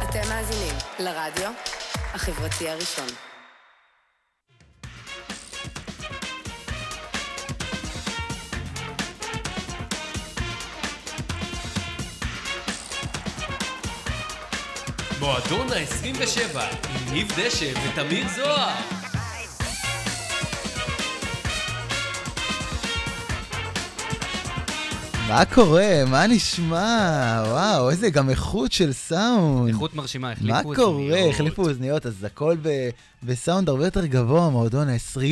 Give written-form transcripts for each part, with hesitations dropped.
אתם מאזינים לרדיו החברתי הראשון. מועדון ה-27 עם ניב דשא ותמיר זוהר. מה קורה? מה נשמע? וואו, איזה גם איכות של סאונד. איכות מרשימה, החליפו מה אוזניות. קורה? החליפו אוזניות, אז הכל בסאונד הרבה יותר גבוה, מועדון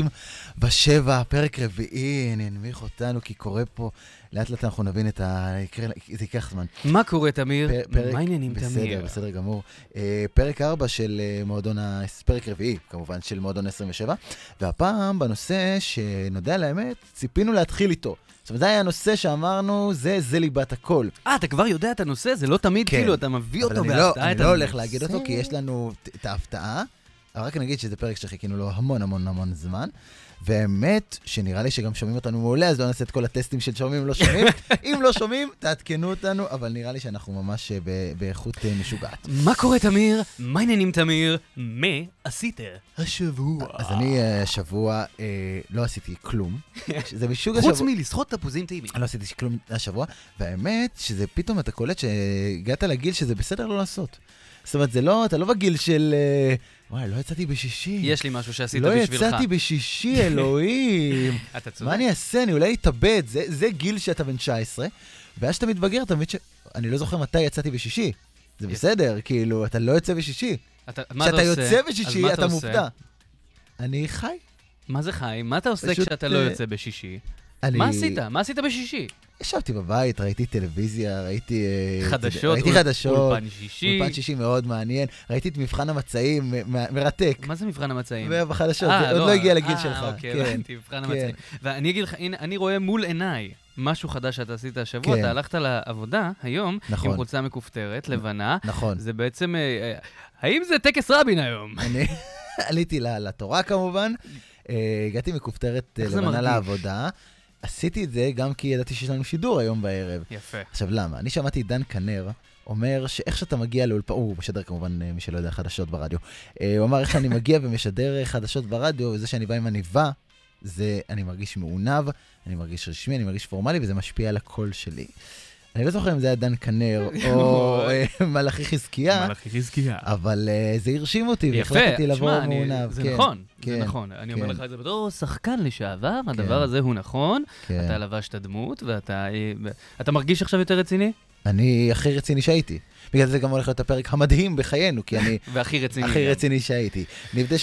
ה-27, פרק רביעי, ננמיך אותנו, כי קורה פה, לאט לאט אנחנו נבין את זה ייקח זמן. מה קורה, תמיר? מה העניינים, תמיר? בסדר גמור. פרק 4 של מועדון, פרק רביעי, כמובן, של מועדון ה-27, והפעם בנושא שנודע על האמת, ציפינו להתחיל איתו. זאת אומרת, זה היה הנושא שאמרנו, זה ליבת הכל. אתה כבר יודע את הנושא? זה לא תמיד כאילו, אתה מביא אותו בהפתעה. אני לא הולך להגיד אותו, כי יש לנו את ההפתעה. אבל רק נגיד שזה פרק שחיכינו לו המון זמן. והאמת, שנראה לי שגם שומעים אותנו מעולה, אז לא נעשה את כל הטסטים של שומעים לא שומעים. אם לא שומעים, תעדכנו אותנו, אבל נראה לי שאנחנו ממש באיכות משוגעת. מה קורה, תמיר? מה העניינים, תמיר? מה עשית השבוע? אז אני השבוע לא עשיתי כלום. זה משוגע השבוע. חוץ מלסחוט תפוזים טעימים. אני לא עשיתי כלום השבוע, והאמת שזה פתאום אתה קולט שהגעת לגיל שזה בסדר לא לעשות. זאת אומרת, זה לא, אתה לא בגיל של, וואי, לא יצאתי בשישי. יש לי משהו שעשית בשבילך. לא יצאתי בשישי, אלוהים. אתה צודק. מה אני אעשה? אני אולי אתאבד. זה גיל שאתה בן 19, ואז שאתה מתבגר, אתה מבין אני לא זוכר מתי יצאתי בשישי. זה בסדר, כאילו, אתה לא יוצא בשישי. כשאתה יוצא בשישי, אתה מופתע. אני חי. מה זה חי? מה אתה עושה כשאתה לא יוצא בשישי? מה עשית? מה עשית בשישי? ישבתי בבית, ראיתי טלוויזיה, ראיתי חדשות, אולפן שישי. אולפן שישי מאוד מעניין. ראיתי את מבחן המצעים, מרתק. מה זה מבחן המצעים? בחדשות, עוד לא הגיע לגיל שלך. אוקיי, הבנתי, מבחן המצעים. ואני אגיד לך, הנה, אני רואה מול עיניי משהו חדש שאתה עשית השבוע, אתה הלכת לעבודה היום, עם חולצה מכופתרת, לבנה. נכון. זה בעצם, האם זה טקס רבין היום? אני עליתי לתורה כמובן, הגעתי מכופתרת לבנה לעבודה. עשיתי את זה גם כי ידעתי שיש לנו שידור היום בערב. יפה. עכשיו למה? אני שמעתי דן כנר אומר שאיך שאתה מגיע לאולפן, הוא משדר כמובן מי שלא יודע חדשות ברדיו, הוא אמר איך אני מגיע ומשדר חדשות ברדיו, וזה שאני בא עם עניבה, זה אני מרגיש מעונב, אני מרגיש רשמי, אני מרגיש פורמלי, וזה משפיע על הקול שלי. אני לא זוכר אם זה היה דן כנר או מלאכי חזקיה, אבל זה הרשים אותי והחלטתי לבוא מעונב. זה נכון, זה נכון. אני אומר לך את זה בתור שחקן לשעבר, הדבר הזה הוא נכון, אתה לבשת דמות ואתה מרגיש עכשיו יותר רציני? אני הכי רציני שהייתי. בגלל זה גם הולך להיות הפרק המדהים בחיינו, כי אני והכי רציני. הכי רציני שהייתי. נבדה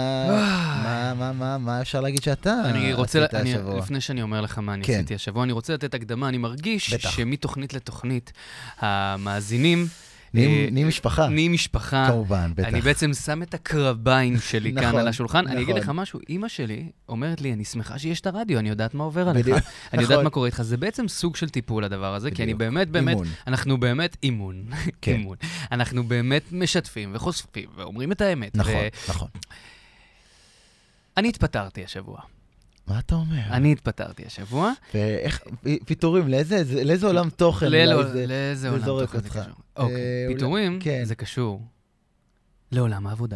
מה אפשר להגיד שאתה עשית השבוע? לפני שאני אומר לך מה אני עשיתי השבוע, אני רוצה לתת הקדמה, אני מרגיש שמתוכנית לתוכנית, המאזינים נהיים משפחה. נהיים משפחה. כמובן, בטח. אני בעצם שם את הקרביים שלי כאן על השולחן. נכון. אני אגיד לך משהו, אמא שלי אומרת לי, אני שמחה שיש את הרדיו, אני יודעת מה עובר עליך. אני יודעת מה קורה איתך. זה בעצם סוג של טיפול הדבר הזה, כי אני באמת, אנחנו באמת אימון. אנחנו באמת משתפים וחושפים ואומרים את האמת. נכון. אני התפטרתי השבוע. מה אתה אומר? אני התפטרתי השבוע. ואיך, פיתורים, לאיזה עולם תוכן? לאיזה עולם תוכן זה קשור? אוקיי, פיתורים זה קשור לעולם העבודה.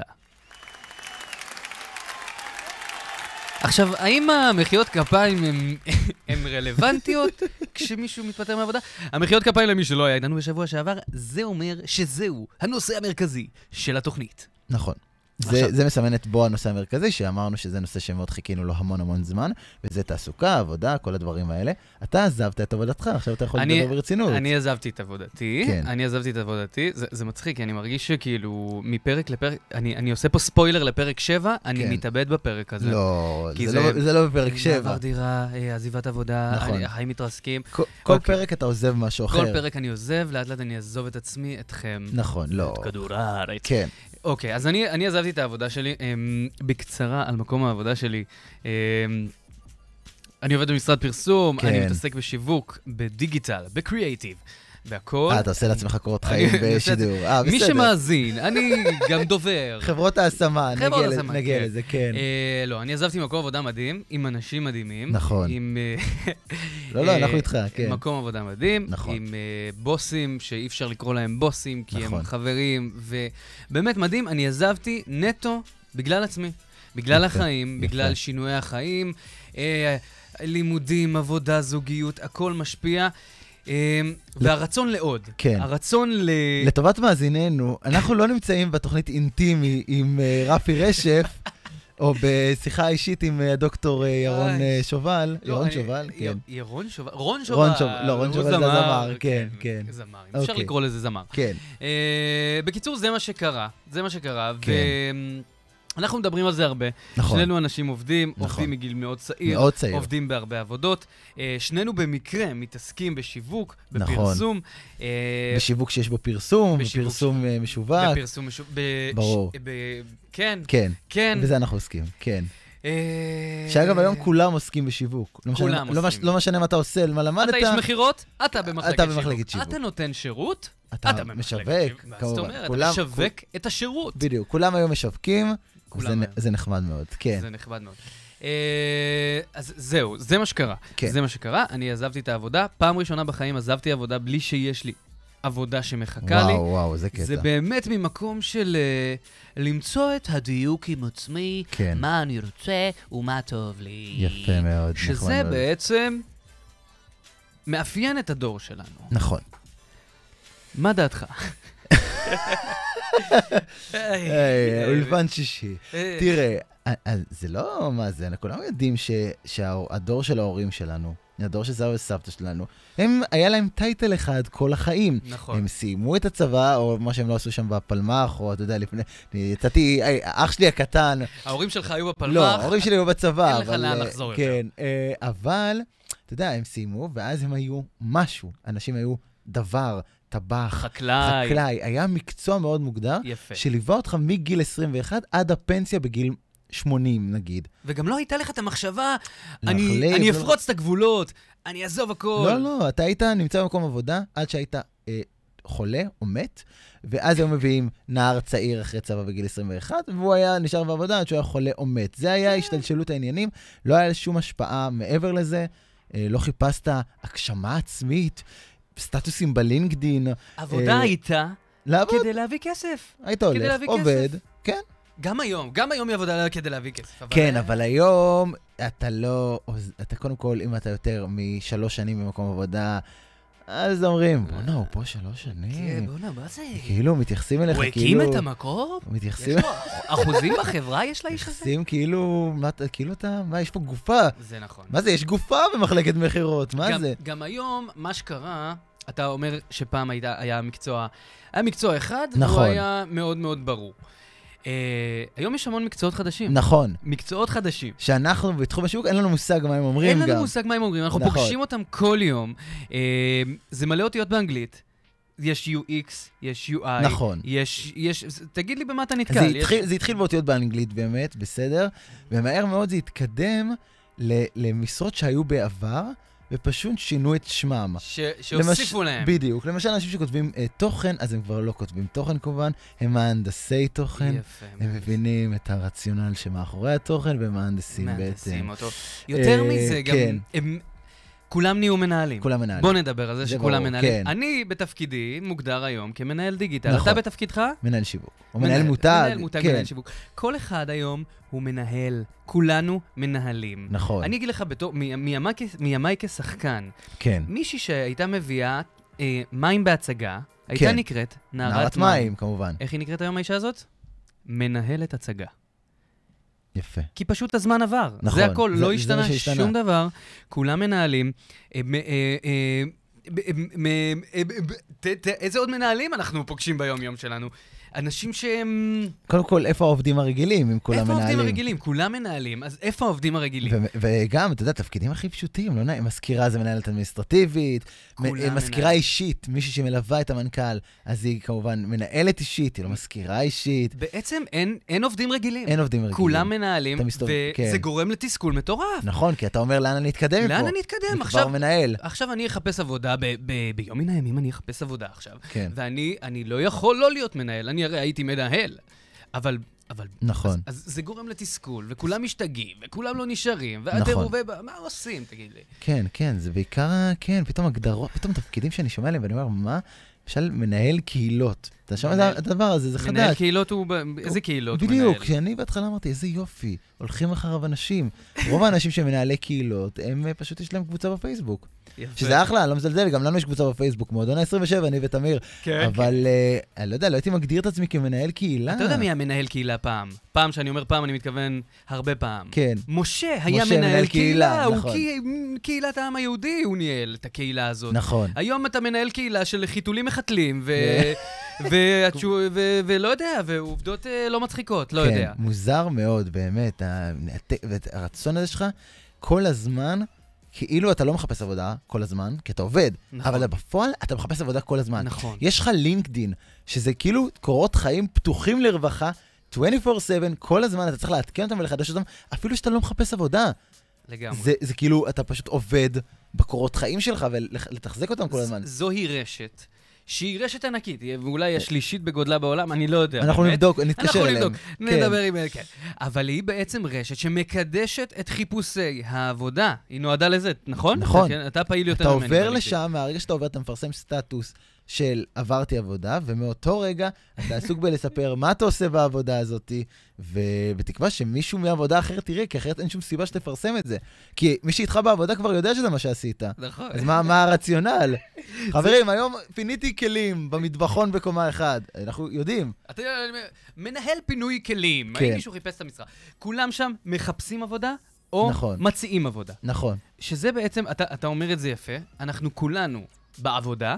עכשיו, האם המחיאות כפיים הן רלוונטיות כשמישהו מתפטר מהעבודה? המחיאות כפיים למי שלא היה איתנו בשבוע שעבר, זה אומר שזהו הנושא המרכזי של התוכנית. נכון. זה מסמן את בו הנושא המרכזי, שאמרנו שזה נושא שמאוד חיכינו לו המון זמן, וזה תעסוקה, עבודה, כל הדברים האלה. אתה עזבת את עבודתך, עכשיו אתה יכול לדבר ברצינות. אני עזבתי את עבודתי, זה מצחיק, כי אני מרגיש שכאילו מפרק לפרק, אני עושה פה ספוילר לפרק 7, אני מתאבד בפרק הזה. לא, זה לא בפרק 7. מעבר דירה, עזיבת עבודה, החיים מתרסקים. כל פרק אתה עוזב משהו אחר. כל פרק אני עוזב, לאט לאט אני אעזוב את עצמי, אתכם. נכון, לא. את כדור הארץ. כן. אוקיי, אז אני עזבתי את העבודה שלי, בקצרה על מקום העבודה שלי. אני עובד במשרד פרסום, אני מתעסק בשיווק, בדיגיטל, בקריאייטיב. בהכל. אתה עושה לעצמך קורות חיים בשידור. בסדר. מי שמאזין, אני גם דובר. חברות ההשמה, נגיע לזה, כן. לא, אני עזבתי מקום עבודה מדהים, עם אנשים מדהימים. נכון. לא, אנחנו איתך, כן. מקום עבודה מדהים, נכון. עם בוסים שאי אפשר לקרוא להם בוסים, כי הם חברים, ובאמת מדהים, אני עזבתי נטו בגלל עצמי. בגלל החיים, בגלל שינויי החיים, לימודים, עבודה, זוגיות, הכל משפיע. והרצון לעוד. כן. הרצון לטובת מאזיננו, אנחנו לא נמצאים בתוכנית אינטימי עם רפי רשף, או בשיחה אישית עם הדוקטור ירון שובל. ירון שובל, כן. ירון שובל? רון שובל. לא, רון שובל זה זמר, כן, כן. זמר, אפשר לקרוא לזה זמר. כן. בקיצור, זה מה שקרה. זה מה שקרה. כן. אנחנו מדברים על זה הרבה. נכון. שנינו אנשים עובדים, נכון. עובדים מגיל מאוד צעיר. מאוד צעיר. עובדים בהרבה עבודות. שנינו במקרה מתעסקים בשיווק, נכון. בפרסום. בשיווק שיש בו פרסום, בפרסום משווק. בפרסום משווק. ברור. כן. כן. כן. בזה אנחנו עוסקים, כן. שאגב, היום כולם עוסקים בשיווק. כולם עוסקים. לא משנה מה אתה עושה, מה למדת. אתה איש מכירות, אתה במחלקת שיווק. שיווק. אתה נותן שירות, אתה במחלקת משווק, שיווק. זאת אומרת, אתה משווק את השירות. בדיוק, כולם היום משווקים, זה נחמד מאוד, כן. זה נחמד מאוד. אז זהו, זה מה שקרה. כן. זה מה שקרה, אני עזבתי את העבודה. פעם ראשונה בחיים עזבתי עבודה בלי שיש לי עבודה שמחכה לי. וואו, זה קטע. זה באמת ממקום של למצוא את הדיוק עם עצמי, כן. מה אני רוצה ומה טוב לי. יפה מאוד, נחמד מאוד. שזה בעצם מאפיין את הדור שלנו. נכון. מה דעתך? אולפן שישי. תראה, זה לא מה זה, כולנו יודעים שהדור של ההורים שלנו, הדור של סבא וסבתא שלנו, היה להם טייטל אחד כל החיים. נכון. הם סיימו את הצבא, או מה שהם לא עשו שם בפלמ"ח, או אתה יודע, לפני, יצאתי, אח שלי הקטן. ההורים שלך היו בפלמ"ח? לא, ההורים שלי היו בצבא. אין לך לאן לחזור יותר. כן, אבל, אתה יודע, הם סיימו, ואז הם היו משהו. אנשים היו דבר, טבח, חקלאי. היה מקצוע מאוד מוגדר, יפה. שליווה אותך מגיל 21 עד הפנסיה בגיל 80, נגיד. וגם לא הייתה לך את המחשבה, אני אפרוץ את הגבולות, אני אעזוב הכל. לא, אתה היית נמצא במקום עבודה עד שהיית חולה או מת, ואז היו מביאים נער צעיר אחרי צבא בגיל 21, והוא היה נשאר בעבודה עד שהוא היה חולה או מת. זה היה השתלשלות העניינים, לא היה שום השפעה מעבר לזה, לא חיפשת הגשמה עצמית, סטטוסים בלינקדין. עבודה הייתה כדי להביא כסף. היית הולך, עובד, כן. גם היום היא עבודה כדי להביא כסף. כן, אבל היום אתה קודם כל, אם אתה יותר מ3 שנים במקום עבודה, אז אומרים, בונה, הוא פה 3 שנים. כן, בונה, מה זה? כאילו, מתייחסים אליך כאילו... הוא הקים את המקום? מתייחסים... יש לו אחוזים בחברה יש לאיש הזה? מתייחסים כאילו, מה, יש פה גופה. זה נכון. מה זה, יש גופה במחלקת מחירות, מה זה? גם היום, מה שקרה, אתה אומר שפעם היה מקצוע אחד, נכון. והוא היה מאוד מאוד ברור. היום יש המון מקצועות חדשים. נכון. מקצועות חדשים. שאנחנו בתחום השיווק, אין לנו מושג מה הם אומרים גם. אין לנו מושג מה הם אומרים, אנחנו פוגשים אותם כל יום. זה מלא אותיות באנגלית. יש UX, יש UI. נכון. תגיד לי במה אתה נתקל. זה התחיל באותיות באנגלית באמת, בסדר? ומהר מאוד זה התקדם למשרות שהיו בעבר, ופשוט שינו את שמם. שהוסיפו להם. בדיוק. למשל, אנשים שכותבים תוכן, אז הם כבר לא כותבים תוכן כמובן, הם מהנדסי תוכן. יפה. הם מבינים את הרציונל שמאחורי התוכן, ומהנדסים בעצם. מהנדסים אותו. יותר מזה, גם הם... כולם נהיו מנהלים. כולם מנהלים. בוא נדבר על זה שכולם מנהלים. כן. אני בתפקידי מוגדר היום כמנהל דיגיטל. נכון. אתה בתפקידך? מנהל שיווק. או מנהל מותג. מנהל מותג, כן. מנהל שיווק. כל אחד היום הוא מנהל. כולנו מנהלים. נכון. אני אגיד לך מימיי כשחקן. כן. מישהי שהייתה מביאה מים בהצגה, הייתה נקראת נערת מים, כמובן. איך היא נקראת היום האישה הזאת? מנהלת הצגה. יפה. כי פשוט הזמן עבר. נכון. זה הכל, לא השתנה שום דבר. כולם מנהלים. איזה עוד מנהלים אנחנו פוגשים ביום-יום שלנו? אנשים שהם... קודם כל, איפה העובדים הרגילים, אם כולם מנהלים? איפה העובדים הרגילים? כולם מנהלים, אז איפה העובדים הרגילים? וגם, אתה יודע, תפקידים הכי פשוטים, לא נעים, מזכירה זה מנהלת אדמיניסטרטיבית, מזכירה אישית, מישהי שמלווה את המנכ"ל, אז היא כמובן מנהלת אישית, היא לא מזכירה אישית. בעצם אין עובדים רגילים. אין עובדים רגילים. כולם מנהלים, וזה גורם לתסכול מטורף. נכון, כי אתה אומר, לאן אני אתקדם מפה? לאן אני אתקדם? אני כבר מנהל. עכשיו אני אחפש עבודה, ביום מן הימים אני אחפש עבודה עכשיו. ואני לא יכול לא להיות מנהל, אני הרי הייתי מנהל. אבל נכון. אז זה גורם לתסכול, וכולם משתגעים, וכולם לא נשארים, והדירובי, מה עושים, תגיד לי? כן, כן, זה בעיקר, כן, פתאום הגדרות, פתאום תפקידים שאני שומע עליהם, ואני אומר, מה? למשל, מנהל קהילות. אתה שומע את הדבר הזה, זה חדש. מנהל קהילות הוא, איזה קהילות הוא מנהל? בדיוק, כשאני בהתחלה אמרתי, איזה יופי, הולכים אחריו אנשים. רוב האנשים שמנהלי קהילות, הם פשוט יש להם קבוצה בפייסבוק. שזה אחלה, אני לא מזלזל, גם לנו יש קבוצה בפייסבוק, מועדון ה-27, אני ותמיר. אבל אני לא יודע, לא הייתי מגדיר את עצמי כמנהל קהילה. אתה יודע מי המנהל קהילה פעם? פעם שאני אומר פעם, אני מתכוון הרבה פעם. כן. משה היה מנהל קהילה, הוא קהילת העם היהודי, הוא ניהל את הקהילה הזאת. נכון. היום אתה מנהל קהילה של חיתולים מחתלים, ולא יודע, ועובדות לא מצחיקות, לא יודע. כן, מוזר מאוד, באמת, הרצון הזה שלך, כל הזמן, כאילו אתה לא מחפש עבודה כל הזמן, כי אתה עובד, אבל בפועל אתה מחפש עבודה כל הזמן. נכון. יש לך לינקדין, שזה כאילו קורות חיים פתוחים לרווחה, 24/7, כל הזמן אתה צריך להתקן אותם ולחדש אותם, אפילו שאתה לא מחפש עבודה. לגמרי. זה כאילו, אתה פשוט עובד בקורות חיים שלך ולתחזק אותם כל הזמן. זוהי רשת. שהיא רשת ענקית, ואולי השלישית בגודלה בעולם, אני לא יודע. אנחנו נבדוק, נתקשר אליהם. אנחנו נבדוק, נדבר עם אלה, כן. אבל היא בעצם רשת שמקדשת את חיפושי העבודה. היא נועדה לזה, נכון? נכון. אתה פעיל יותר ממני. אתה עובר לשם, מהרגע שאתה עובר, אתה מפרסם סטטוס של עברתי עבודה, ומאותו רגע אתה עסוק בלספר מה אתה עושה בעבודה הזאת, ובתקווה שמישהו מהעבודה אחרת תראה, כי אחרת אין שום סיבה שתפרסם את זה. כי מי שאיתך בעבודה כבר יודע שזה מה שעשית. נכון. אז מה הרציונל? חברים, היום פיניתי כלים במטבחון בקומה 1. אנחנו יודעים. אתה יודע, מנהל פינוי כלים. האם מישהו חיפש את המשרה? כולם שם מחפשים עבודה, או מציעים עבודה. נכון. שזה בעצם, אתה אומר את זה יפה, אנחנו כולנו בעבודה,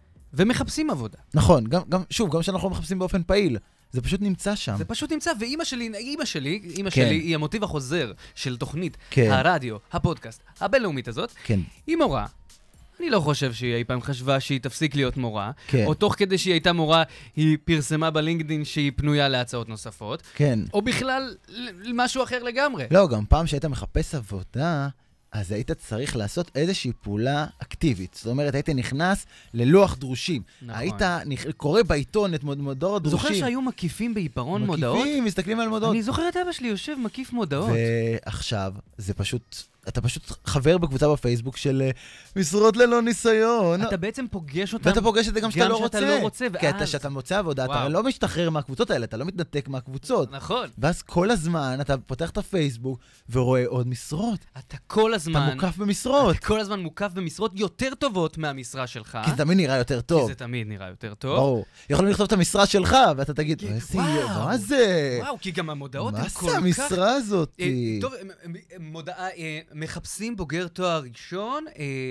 ומחפשים עבודה. נכון, שוב, גם שאנחנו מחפשים באופן פעיל. זה פשוט נמצא שם. זה פשוט נמצא, ואימא שלי היא המוטיב החוזר של תוכנית הרדיו, הפודקאסט, הבינלאומית הזאת. היא מורה. אני לא חושב שהיא אי פעם חשבה שהיא תפסיק להיות מורה. או תוך כדי שהיא הייתה מורה, היא פרסמה בלינקדין שהיא פנויה להצעות נוספות. כן. או בכלל משהו אחר לגמרי. לא, גם פעם שהיית מחפש עבודה, אז היית צריך לעשות איזושהי פעולה אקטיבית. זאת אומרת, היית נכנס ללוח דרושים. נכון. היית קורא בעיתון את מודעות הדרושים. זוכר שהיו מקיפים בעיפרון מודעות? מקיפים, מסתכלים על מודעות. אני זוכר את אבא שלי יושב מקיף מודעות. ועכשיו, זה פשוט... אתה פשוט חבר בקבוצה בפייסבוק של משרות ללא ניסיון. אתה בעצם פוגש אותם. ואתה פוגש את זה גם שאתה לא רוצה. ואז... כי כשאתה מוצא עבודה, אתה לא משתחרר מהקבוצות האלה, אתה לא מתנתק מהקבוצות. נכון. ואז כל הזמן אתה פותח את הפייסבוק ורואה עוד משרות. אתה כל הזמן... אתה מוקף במשרות. אתה כל הזמן מוקף במשרות יותר טובות מהמשרה שלך. כי זה תמיד נראה יותר טוב. כי זה תמיד נראה יותר טוב. ברור. יכולים לכתוב את המשרה שלך, ואתה תגיד, מה זה? וואו, כי גם המודעות הן כל כך... מה זה המשרה הזאת? טוב, מודעה, מחפשים בוגר תואר ראשון,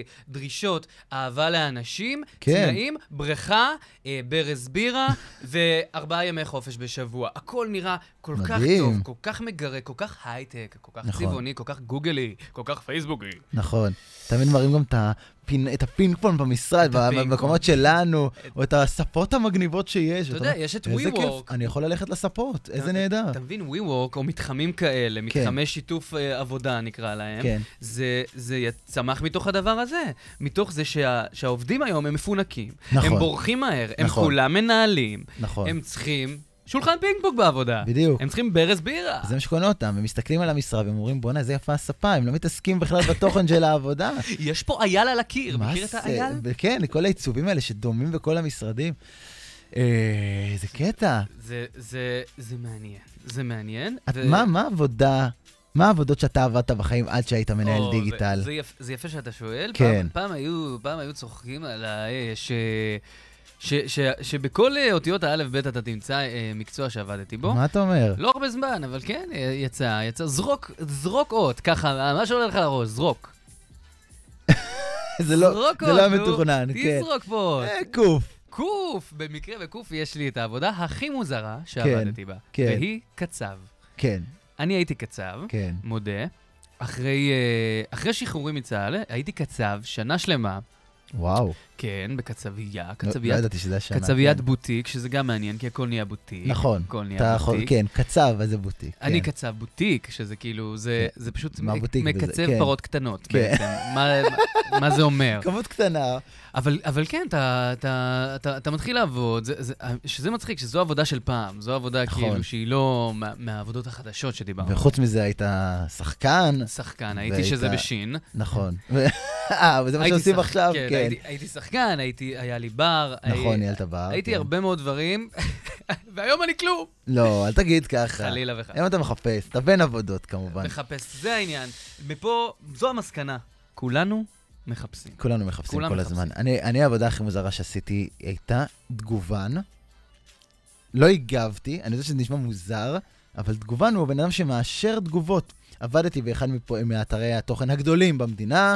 דרישות, אהבה לאנשים, תנאים, בריכה, ברז בירה, ו4 ימי חופש בשבוע. הכל נראה כל כך טוב, כל כך מגרה, כל כך הייטק, כל כך צבעוני, כל כך גוגלי, כל כך פייסבוקי. נכון. תמיד מראים גם את הפינג-פונג במשרד, במקומות שלנו, או את הספות המגניבות שיש. אתה יודע, יש את WeWork. אני יכול ללכת לספות, איזה נהדר. אתה מבין, WeWork, או מתחמים כאלה, מתחמי שיתוף עבודה נקרא להם, זה צמח מתוך הדבר הזה. מתוך זה שהעובדים היום הם מפונקים, הם בורחים מהר, הם כולם מנהלים, הם צריכים... שולחן פינג פונג בעבודה. בדיוק. הם צריכים ברז בירה. זה מה שקונה אותם, הם מסתכלים על המשרה והם אומרים, בוא'נה, זה יפה הספה, הם לא מתעסקים בכלל בתוכן של העבודה. יש פה אייל על הקיר, מכיר את האייל? כן, כל העיצובים האלה שדומים בכל המשרדים. זה קטע. זה מעניין. זה מעניין. מה העבודות שאתה עבדת בחיים עד שהיית מנהל דיגיטל? זה יפה שאתה שואל. כן. פעם היו צוחקים עליי שבכל אותיות האלף בית אתה תמצא מקצוע שעבדתי בו. מה אתה אומר? לא הרבה זמן, אבל כן, יצא, זרוק אות, ככה, מה שעולה לך לראש, זרוק. זה לא מתוכנן, כן. תזרוק פה אות. קוף. בקוף, במקרה בקוף יש לי את העבודה הכי מוזרה שעבדתי בה. והיא קצב. כן. אני הייתי קצב, מודה. אחרי שחרורי מצה"ל, הייתי קצב שנה שלמה. וואו. כן, בקצבייה. לא ידעתי שזה השנה. קצביית בוטיק, שזה גם מעניין, כי הכל נהיה בוטיק. נכון. הכל נהיה בוטיק. כן, קצב, אז זה בוטיק. אני קצב בוטיק, שזה כאילו, זה פשוט מקצב פרות קטנות בעצם. מה זה אומר? כמות קטנה. אבל כן, אתה מתחיל לעבוד, שזה מצחיק, שזו עבודה של פעם. זו עבודה כאילו שהיא לא מהעבודות החדשות שדיברנו. וחוץ מזה היית שחקן. שחקן, הייתי שזה בשין. נכון. וזה מה שעושים עכשיו, כן. הייתי שחקן, היה לי בר. נכון, ניהלת בר. הייתי הרבה מאוד דברים, והיום אני כלום. לא, אל תגיד ככה. חלילה וחלילה. היום אתה מחפש, אתה בין עבודות כמובן. מחפש, זה העניין. מפה, זו המסקנה. כולנו מחפשים. כולנו מחפשים כל הזמן. אני העבודה הכי מוזרה שעשיתי הייתה תגובן. לא הגבתי, אני יודע שזה נשמע מוזר, אבל תגובן הוא הבן אדם שמאשר תגובות. עבדתי באחד מאתרי התוכן הגדולים במדינה.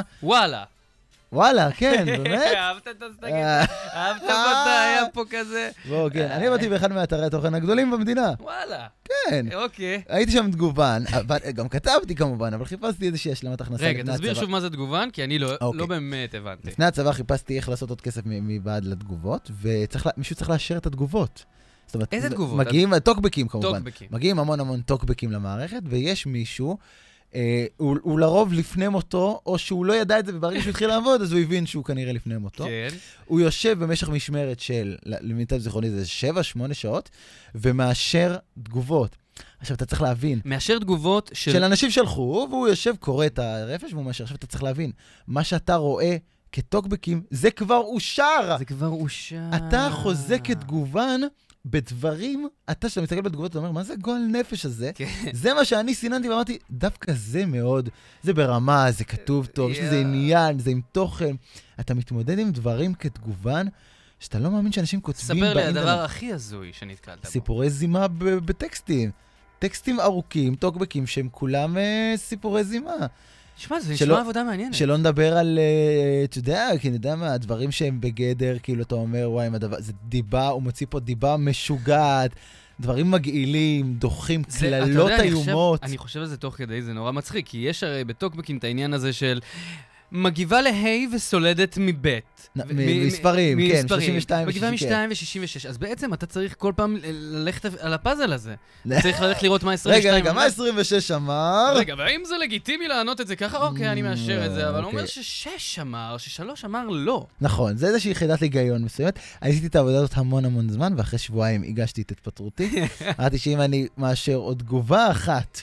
וואלה, כן, באמת? אהבת את הסטגן, אהבת אותה, היה פה כזה. בואו, כן, אני עבדתי באחד מאתרי התוכן הגדולים במדינה. וואלה. כן. אוקיי. הייתי שם תגובן, גם כתבתי כמובן, אבל חיפשתי איזושהי השלמת הכנסה. רגע, תסביר שוב מה זה תגובן, כי אני לא באמת הבנתי. לפני הצבא חיפשתי איך לעשות עוד כסף מבעד לתגובות, ומישהו צריך לאשר את התגובות. איזה תגובות? מגיעים, טוקבקים כמובן. מגיעים המון טוקבקים למערכת, ויש מישהו, הוא לרוב לפני מותו, או שהוא לא ידע את זה, וברגע שהוא התחיל לעבוד, אז הוא הבין שהוא כנראה לפני מותו. כן. הוא יושב במשך משמרת של, למיטב זיכרוני זה 7-8 שעות, ומאשר תגובות. עכשיו, אתה צריך להבין. מאשר תגובות של אנשים שלחו, והוא יושב, קורא את הרפש, והוא מאשר. עכשיו, אתה צריך להבין. מה שאתה רואה כטוקבקים, זה כבר אושר. אתה חוזק כתגובן, בדברים, כשאתה מסתכל בתגובות, אתה אומר, מה זה גועל נפש הזה? זה מה שאני סיננתי ואמרתי, דווקא זה מאוד, זה ברמה, זה כתוב טוב, יש לזה עניין, זה עם תוכן. אתה מתמודד עם דברים כתגובן, שאתה לא מאמין שאנשים כותבים באינטרנט. ספר לי הדבר הכי הזוי שנתקלת בו. סיפורי זימה בטקסטים. טקסטים ארוכים, טוקבקים, שהם כולם סיפורי זימה. תשמע, זה נשמע עבודה מעניינת. שלא נדבר על, אתה יודע, כי אני יודע מה, הדברים שהם בגדר, כאילו אתה אומר, וואי, זה דיבה, הוא מוציא פה דיבה משוגעת, דברים מגעילים, דוחים, כללות איומות. אני חושב על זה תוך כדי, זה נורא מצחיק, כי יש הרי בטוקבקים את העניין הזה של מגיבה להי וסולדת מבית. מספרים, כן, 32 ו-66. מגיבה מ-2 ו-66. אז בעצם אתה צריך כל פעם ללכת על הפאזל הזה. צריך ללכת לראות מה 22. רגע, מה 26 אמר? רגע, והאם זה לגיטימי לענות את זה ככה? אוקיי, אני מאשר את זה, אבל הוא אומר ש6 אמר, ש3 אמר לא. נכון, זה איזושהי יחידת היגיון מסוימת. עשיתי את העבודה הזאת המון זמן, ואחרי שבועיים הגשתי את התפטרותי. אמרתי שאם אני מאשר עוד תגובה אחת,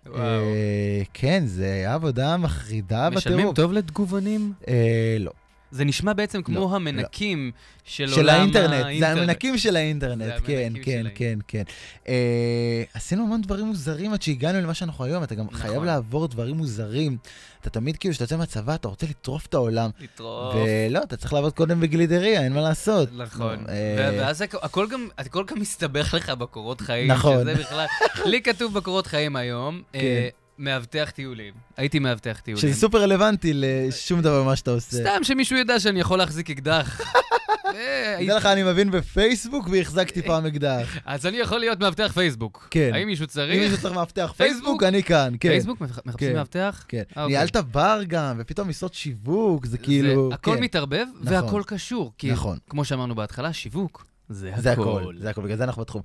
כן, זה היה עבודה מחרידה בטירוף. משלמים טוב לתגובנים? לא. זה נשמע בעצם כמו המנקים של האינטרנט. זה המנקים של האינטרנט, כן. עשינו המון דברים מוזרים עד שהגענו למה שאנחנו היום. אתה גם חייב לעבור דברים מוזרים. אתה תמיד כאילו, שאתה יוצא מהצבא, אתה רוצה לטרוף את העולם. ולא, אתה צריך לעבוד קודם בגלידריה, אין מה לעשות. נכון. ואז הכל גם מסתבך לך בקורות חיים. נכון. שזה בכלל, לי כתוב בקורות חיים היום, מאבטח טיולים. הייתי מאבטח טיולים. שזה סופר רלוונטי לשום דבר מה שאתה עושה. סתם שמישהו ידע שאני יכול להחזיק אקדח. תדע לך, אני מבין בפייסבוק והחזקתי פעם אקדח. אז אני יכול להיות מאבטח פייסבוק. כן. האם מישהו צריך? אם מישהו צריך מאבטח פייסבוק, אני כאן, כן. פייסבוק? מחפשים מאבטח? כן. ניהלת בר גם, ופתאום משרות שיווק, זה כאילו... הכל מתערבב והכל קשור. נכון. כמו שאמרנו בהתחלה, שיווק. זה הכל, בגלל זה אנחנו בתחום.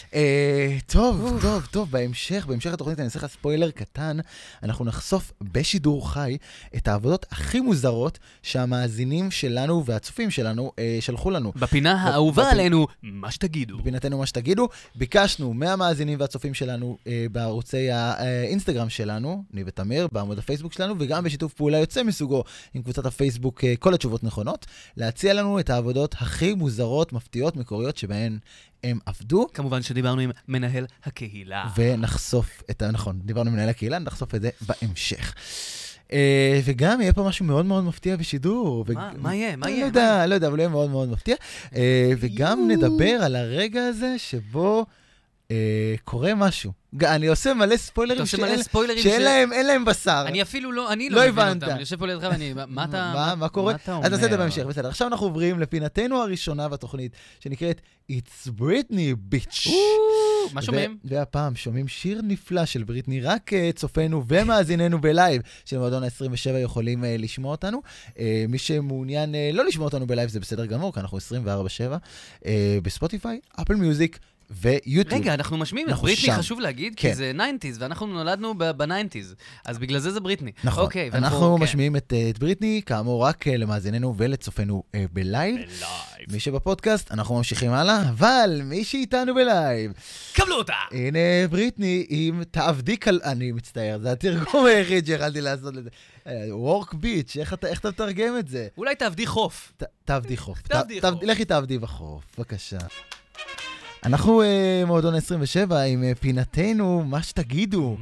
טוב, בהמשך התוכנית אני אעשה לך ספוילר קטן, אנחנו נחשוף בשידור חי את העבודות הכי מוזרות שהמאזינים שלנו והצופים שלנו שלחו לנו. בפינה האהובה עלינו, מה שתגידו. בפינתנו מה שתגידו, ביקשנו מהמאזינים והצופים שלנו בערוצי האינסטגרם שלנו, אני ותמיר, בעמוד הפייסבוק שלנו, וגם בשיתוף פעולה יוצא מסוגו עם קבוצת הפייסבוק כל התשובות נכונות, להציע לנו את העבודות הכי מוזרות, מפתיעות, מקוריות, שבהן הם עבדו. כמובן שדיברנו עם מנהל הקהילה. ונחשוף נכון, דיברנו עם מנהל הקהילה, נחשוף את זה בהמשך. וגם יהיה פה משהו מאוד מאוד מפתיע בשידור. מה יהיה? לא יודע, אבל יהיה מאוד מאוד מפתיע. וגם נדבר על הרגע הזה שבו קורה משהו. אני עושה מלא ספוילרים שאין להם בשר. אני אפילו לא מבין אותם. אני יושב פה לידך ואני, מה קורה? אתה אומר? אז נעשה את זה בהמשך, בסדר. עכשיו אנחנו עוברים לפינתנו הראשונה בתוכנית, שנקראת It's Britney, bitch. מה שומעים? והפעם שומעים שיר נפלא של בריטני, רק צופינו ומאזיננו בלייב של מועדון ה-27 יכולים לשמוע אותנו. מי שמעוניין לא לשמוע אותנו בלייב זה בסדר גמור, כי אנחנו 24/7, בספוטיפיי, אפל מיוזיק, ויוטיוב. רגע, אנחנו משמיעים את בריטני, חשוב להגיד, כי זה 90s, ואנחנו נולדנו ב-90s, אז בגלל זה בריטני. נכון, אנחנו משמיעים את בריטני, כאמור רק למאזיננו ולצופנו בלייב. מי שבפודקאסט, אנחנו ממשיכים הלאה, אבל מי שאיתנו בלייב. קבלו אותה! הנה בריטני, אם תעבדי אני מצטער, זה התרגום היחיד שיכלתי לעשות לזה. work beach, איך אתה מתרגם את זה? אולי תעבדי חוף. תעבדי חוף. לכי תעבדי בחוף, בבקשה. אנחנו מועדון 27 עם פינתנו, מה שתגידו.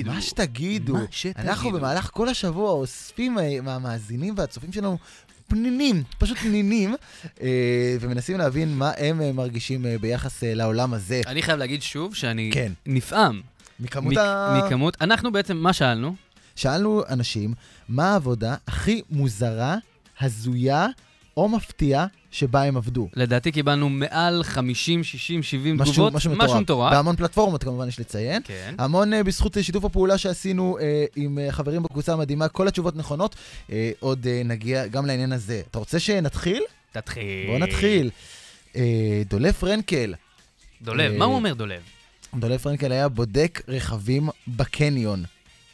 אנחנו במהלך כל השבוע אוספים מהמאזינים והצופים שלנו פנינים, פשוט פנינים, ומנסים להבין מה הם מרגישים ביחס לעולם הזה. אני חייב להגיד שוב שאני נפעם. מכמות, אנחנו בעצם, מה שאלנו? שאלנו אנשים, מה העבודה הכי מוזרה, הזויה, או מפתיע שבה הם עבדו. לדעתי קיבלנו מעל 50, 60, 70 תגובות, משהו מטורף. בהמון פלטפורמות כמובן יש לציין. כן. המון בזכות שיתוף הפעולה שעשינו עם חברים בקבוצה המדהימה, כל התשובות נכונות. עוד נגיע גם לעניין הזה. אתה רוצה שנתחיל? תתחיל. בוא נתחיל. דולב פרנקל. דולב, מה הוא אומר דולב? דולב פרנקל היה בודק רכבים בקניון.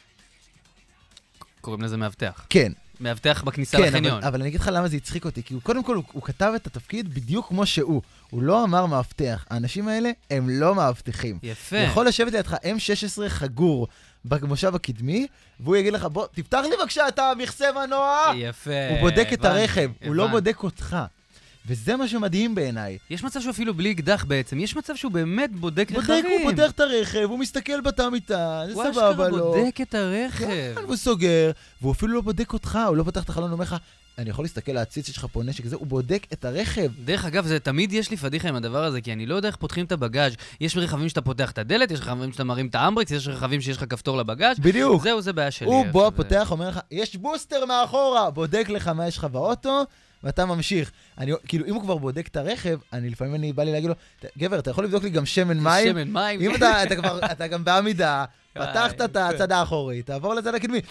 קוראים לזה מאבטח. כן. מאבטח בכניסה לחניון. כן, אבל אני אגיד לך למה זה הצחיק אותי, כי קודם כל הוא כתב את התפקיד בדיוק כמו שהוא. הוא לא אמר מאבטח. האנשים האלה הם לא מאבטחים. יפה. יכול לשבת לידך M16 חגור במושב הקדמי, והוא יגיד לך, בוא, תפתח לי בבקשה את המכסה מנוע. יפה. הוא בודק את הרכב, הוא לא בודק אותך. וזה מה שמדהים בעיניי. יש מצב שהוא אפילו בלי אקדח בעצם, יש מצב שהוא באמת בודק רכבים. הוא פותח את הרכב, הוא מסתכל בתא מיטה, זה סבבה לו. הוא בודק את הרכב. כן, הוא סוגר, והוא אפילו לא בודק אותך, הוא לא פותח את החלון, הוא אומר לך, אני יכול להסתכל להציץ שיש לך פה נשק כזה, הוא בודק את הרכב. דרך אגב, זה תמיד יש לי פדיחה עם הדבר הזה, כי אני לא יודע איך פותחים את הבגאז'. יש רכבים שאתה פותח את הדלת, יש רכבים שאתה מרים את האמברקס, יש רכבים שיש לך כפתור לבגאז'. בדיוק. זהו, זה בעיה שלי. הוא בוא פותח, אומר לך, יש בוסטר מאחורה, בודק לך מה יש לך באוטו, ואתה ממשיך. כאילו, אם הוא כבר בודק את הרכב, לפעמים בא לי להגיד לו, גבר, אתה יכול לבדוק לי גם שמן מים? שמן מים. אם אתה גם בעמידה, פתחת את הצד האחורי, תעבור לצד הקדמי.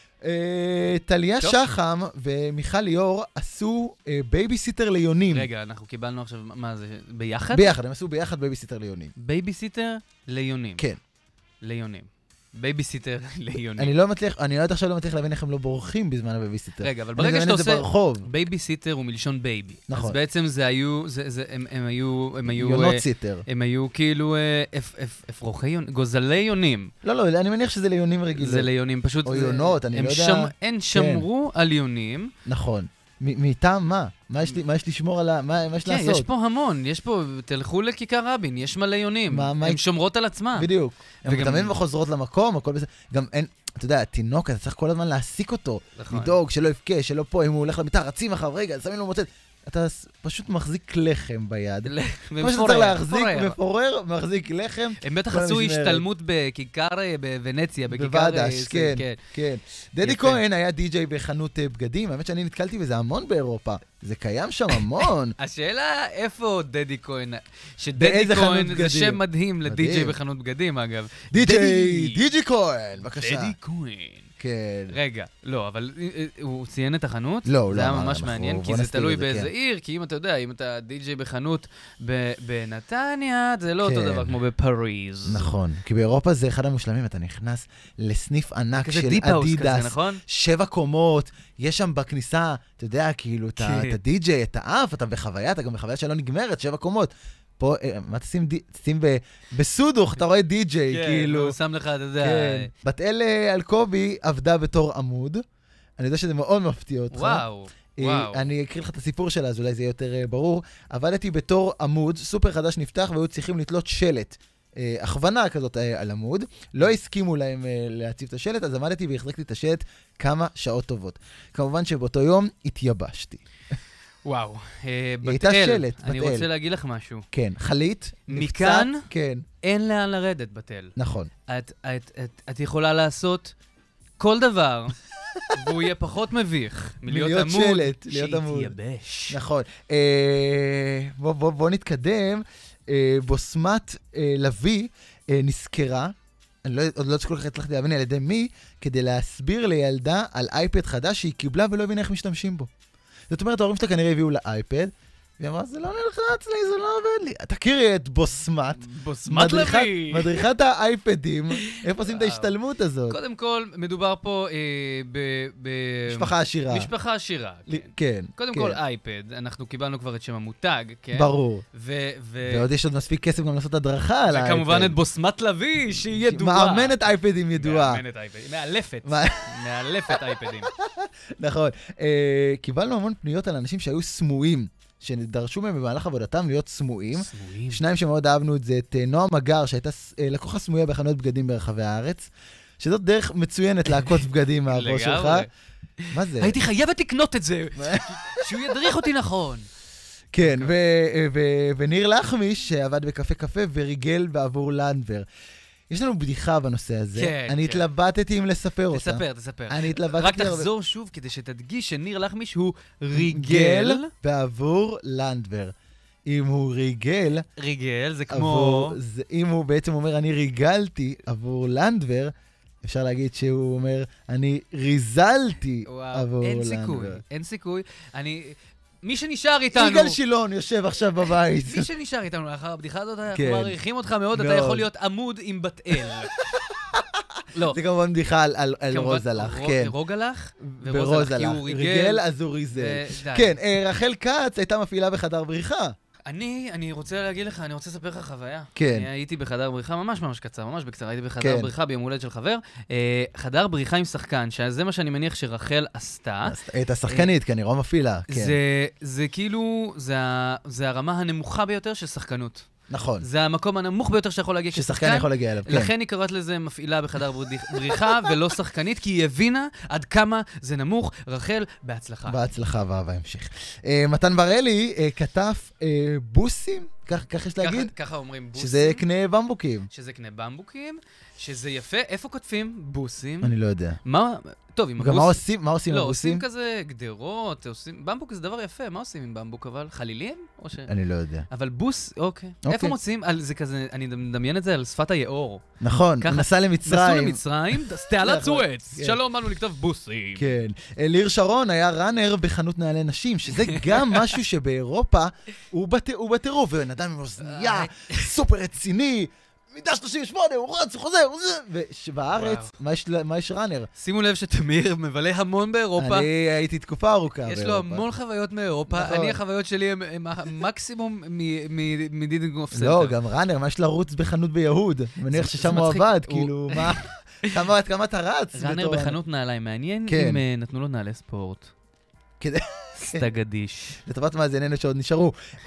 טליה שחם ומיכל ליאור עשו בייביסיטר ליונים. רגע, אנחנו קיבלנו עכשיו, מה זה, ביחד? ביחד, הם עשו ביחד בייביסיטר ליונים. בייביסיטר ליונים? כן. ליונים. בייביסיטר ליונים. אני עד עכשיו לא מצליח להבין איך הם לא בורחים בזמן הבייביסיטר. רגע, אבל ברגע שאתה עושה... בייביסיטר הוא מלשון בייבי. נכון. אז בעצם זה היו... הם היו... יונות סיטר. הם היו כאילו... אפרוחי יונים... גוזלי יונים. לא, אני מניח שזה ליונים רגילים. זה ליונים, פשוט... או יונות, אני לא יודע. הם שמרו על יונים. נכון. מטעם מה? מה יש לשמור על מה יש לעשות? כן, יש פה המון, יש פה, תלכו לכיכר רבין, יש מלא יונים, הן שומרות על עצמם. בדיוק. הן תמיד חוזרות למקום, הכל בסדר. גם אין, אתה יודע, התינוק, אתה צריך כל הזמן להעסיק אותו, לדאוג, שלא יפקה, שלא פה, אם הוא הולך למיטה, רצים אחריו, רגע, שמים לו מוצאת. אתה פשוט מחזיק לחם ביד. כמו שאתה צריך להחזיק, מפורר, מחזיק לחם. הם בטח עשו השתלמות בכיכר בוונציה, בוודש, כן. דדי כהן היה די-ג'יי בחנות בגדים, האמת שאני נתקלתי בזה המון באירופה. זה קיים שם המון. השאלה איפה דדי כהן, שדדי כהן זה שם מדהים לדי-ג'יי בחנות בגדים, אגב. די-ג'יי כהן, בבקשה. דדי כהן. כן. רגע, לא, אבל הוא ציין את החנות? לא, זה היה ממש מעניין, כי זה תלוי באיזה עיר, כי אם אתה יודע, אם אתה די-ג'יי בחנות בנתניה, זה לא אותו דבר כמו בפריז. נכון, כי באירופה זה אחד המושלמים, אתה נכנס לסניף ענק של אדידס, 7 קומות, יש שם בכניסה, אתה יודע, כאילו, את הדי-ג'יי, את האף, אתה בחוויה, אתה גם בחוויה שלא נגמרת, 7 קומות. פה, מה תשים בסודוך, אתה רואה די-ג'יי, כאילו. כן, הוא שם לך, אתה יודע. בת אל אלקובי עבדה בתור עמוד. אני יודע שזה מאוד מפתיע אותך. וואו. אני אקריא לך את הסיפור שלה, אז אולי זה יותר ברור. עבדתי בתור עמוד, סופר חדש נפתח, והיו צריכים לתלות שלט. הכוונה כזאת על עמוד. לא הסכימו להם להציב את השלט, אז עמדתי והחזקתי את השלט כמה שעות טובות. כמובן שבאותו יום התייבשתי. וואו, הייתה שלט, אני רוצה להגיד לך משהו. כן, חלית, מכאן כן. אין לאן לרדת בתל. נכון. את יכולה לעשות כל דבר, והוא יהיה פחות מביך מלהיות עמוד, שלט, להיות עמוד. שיתייבש. נכון. בוא נתקדם. בוסמת לוי נזכרה, אני עוד לא כל כך הצלחתי להבין על ידי מי, כדי להסביר לילדה על אייפד חדש שהיא קיבלה ולא הבינה איך משתמשים בו. זאת אומרת, ההורים שאתה כנראה הביאו לאייפד, והיא אמרה, זה לא נלחץ לי, זה לא עובד לי. תכירי את בוסמת. בוסמת לוי. מדריכת האייפדים. איפה עושים את ההשתלמות הזאת? קודם כל, מדובר פה משפחה עשירה. משפחה עשירה, כן. כן. קודם כל, אייפד. אנחנו קיבלנו כבר את שם המותג, כן? ברור. ועוד יש עוד מספיק כסף גם לעשות הדרכה על האייפד. וכמובן את בוסמת לוי, שהיא ידועה. מאמנת אייפדים ידועה. מאמנת אייפדים. מאלפת אייפדים. נכון. קיבלנו המון פניות על אנשים שהיו סמויים. שדרשו מהם במהלך עבודתם להיות סמויים. שניים שמאוד אהבנו את זה, את נועה מגר, שהייתה לקוחה סמויה בחנויות בגדים ברחבי הארץ, שזאת דרך מצוינת לעקוץ בגדים מהבוס שלך. מה זה? הייתי חייבת לקנות את זה, שהוא ידריך אותי נכון. כן, וניר לחמיש, שעבד בקפה קפה וריגל בעבור לנדבר. יש לנו בדיחה בנושא הזה. כן, אני התלבטתי אם לספר אותה. תספר. אני התלבטתי... רק תחזור שוב כדי שתדגיש שניר לחמיש הוא ריגל בעבור לנדבר. אם הוא ריגל... ריגל זה כמו... אם הוא בעצם אומר, אני ריגלתי עבור לנדבר, אפשר להגיד שהוא אומר, אני ריזלתי עבור לנדבר. אין סיכוי. מי שנשאר איתנו... יגאל שילון יושב עכשיו בבית. מי שנשאר איתנו לאחר הבדיחה הזאת, אנחנו מעריכים אותך מאוד, אתה יכול להיות עמוד עם בת אל. זה כמובן בדיחה על רוזלח, כן. רוגלח? ורוזלח. ריגל, אז הוא ריזל. כן, רחל כץ הייתה מפעילה בחדר בריחה. אני רוצה להגיד לך, אני רוצה לספר לך חוויה. כן. אני הייתי בחדר בריחה ממש קצר, ממש בקצרה, הייתי בחדר בריחה ביום הולדת של חבר. חדר בריחה עם שחקן, שזה מה שאני מניח שרחל עשתה. את השחקנית, כי אני רואה מפעילה. זה כאילו, זה הרמה הנמוכה ביותר של שחקנות. נכון. זה המקום הנמוך ביותר שיכול להגיע ששחקן יכול להגיע אליו, כן. לכן היא קראת לזה מפעילה בחדר בריחה ולא שחקנית, כי היא הבינה עד כמה זה נמוך. רחל, בהצלחה. בהצלחה והמשיך. מתן בראלי כתב בוסים, כך יש להגיד? ככה אומרים בוסים. שזה קנה במבוקים. שזה יפה. איפה כותבים בוסים? אני לא יודע. טוב, עם הבוס... מה עושים עם הבוסים? לא, עושים כזה גדרות, במבוק זה דבר יפה, מה עושים עם במבוק אבל? חלילים? אני לא יודע. אבל בוס, אוקיי. איפה מוצאים? זה כזה, אני מדמיין את זה על שפת היאור. נכון, נסע למצרים. תעלת סואץ. שלום, באנו לכתוב בוסים. כן. ליר שרון היה ראנר בחנות נעלי נשים, שזה גם משהו שבאירופה הוא בטירוף, ונדם עם אוזנייה, סופר רציני, מידה 38, הוא רץ, הוא חוזר, ובארץ, מה יש ראנר? שימו לב שתמיר מבלה המון באירופה. אני הייתי תקופה ארוכה באירופה. יש לו המון חוויות מאירופה. אני, החוויות שלי הם מקסימום מדידינג אוף סנטר. לא, גם ראנר, מה יש לרוץ בחנות ביהוד? אני מניח ששם הוא עבד, כאילו, מה? כמה אתה רץ? ראנר בחנות נעליים, מעניין אם נתנו לו נעלי ספורט. סטגדיש. לטובת מאזיננו שעוד נשארו.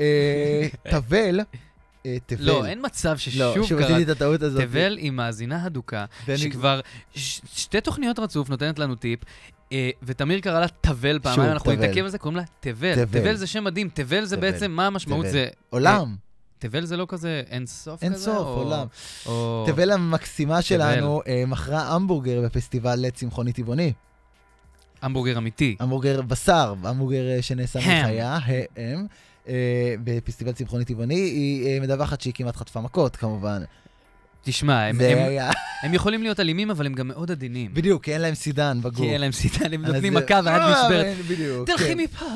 תבל, לא, אין מצב ששוב קרה. תבל היא מאזינה הדוקה, שכבר שתי תוכניות רצוף נותנת לנו טיפ, ותמיר קרא לה תבל פעמיים, אנחנו נתעכב על זה, קוראים לה תבל. תבל זה שם מדהים, תבל זה בעצם, מה המשמעות זה? עולם. תבל זה לא כזה אין סוף כזה? אין סוף, עולם. תבל המקסימה שלנו מכרה המבורגר בפסטיבל צמחוני טבעוני. המבורגר אמיתי. המבורגר בשר, המבורגר שנעשה מחיה, הם. בפסטיבל צמחוני טבעוני, היא מדווחת שהיא כמעט חטפה מכות, כמובן. תשמע, הם יכולים להיות אלימים, אבל הם גם מאוד עדינים. בדיוק, כי אין להם סידן בגוף. כי אין להם סידן, הם נותנים מכה ועד משברת. תלכי מפה.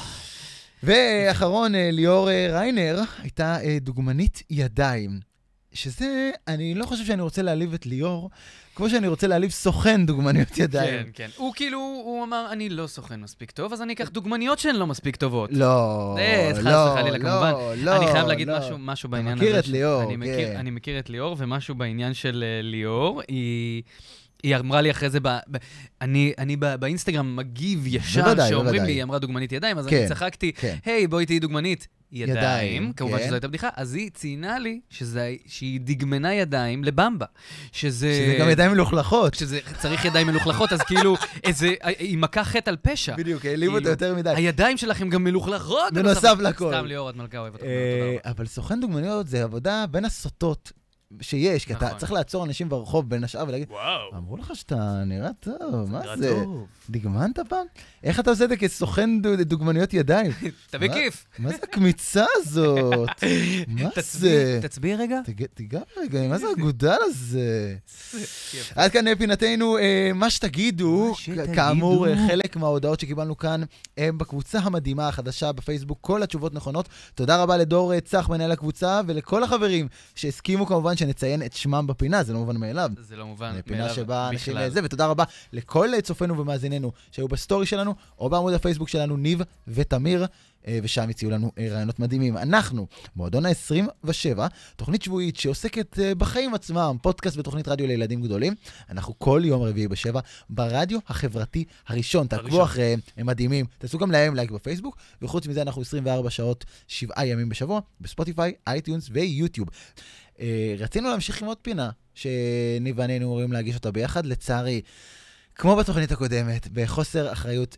ואחרון, ליאור ריינר הייתה דוגמנית ידיים. שזה, אני לא חושב שאני רוצה להעליב את ליאור, כמו שאני רוצה להעליב סוכן דוגמניות ידיים. כן, כן. הוא כאילו, הוא אמר, אני לא סוכן מספיק טוב, אז אני אקח דוגמניות שהן לא מספיק טובות. לא, כמובן. אני חייב להגיד משהו בעניין הזה. אני מכיר את ליאור, כן. אני מכיר את ליאור, ומשהו בעניין של ליאור, היא אמרה לי אחרי זה, אני באינסטגרם מגיב ישר, שאומרים לי, היא אמרה דוגמנית ידיים, אז אני צחקתי, היי, בואי תהי דוגמנית. ידיים, כמובן שזו הייתה בדיחה, אז היא ציינה לי שהיא דגמנה ידיים לבמבה. שזה גם ידיים מלוכלכות. שזה צריך ידיים מלוכלכות, אז כאילו, היא מכה חטא על פשע. בדיוק, העליב אותה יותר מדי. הידיים שלכם גם מלוכלכות. בנוסף לכל. סתם ליאור, את מלכה אוהבת. אבל סוכן דוגמניות זה עבודה בין הסוטות שיש, כי אתה צריך לעצור אנשים ברחוב בין השאר ולהגיד, אמרו לך שאתה נראה טוב, מה זה? דגמנת פעם? איך אתה עושה את זה כסוכן דוגמניות ידיים? אתה בכיף. מה זה הקמיצה הזאת? מה זה? תצביע רגע. תיגע רגע, מה זה הגודל הזה? עד כאן פינתנו, מה שתגידו, כאמור, חלק מההודעות שקיבלנו כאן הם בקבוצה המדהימה החדשה בפייסבוק, כל התשובות נכונות. תודה רבה לדור צח, מנהל הקבוצה, ולכל החברים שהסכימו כמובן שנציין את שמם בפינה, זה לא מובן מאליו. זה לא מובן מאליו. פינה שבה אנשים זה, ותודה רבה לכל צופינו ומאזיננו שהיו בסטורי שלנו, או בעמוד הפייסבוק שלנו, ניב ותמיר, ושם הציעו לנו רעיונות מדהימים. אנחנו, מועדון ה-27, תוכנית שבועית שעוסקת בחיים עצמם, פודקאסט ותוכנית רדיו לילדים גדולים. אנחנו כל יום רביעי ב7, ברדיו החברתי הראשון. תעקבו אחריהם, הם מדהימים. תעשו גם להם לייק בפייסבוק, וחוץ מזה אנחנו 24 שעות, 7 ימים בשבוע, בספוטיפיי, אייטיונס ויוטיוב. רצינו להמשיך עם עוד פינה, שניב ואני אמורים להגיש אותה ביחד, לצערי, כמו בתוכנית הקודמת, בחוסר אחריות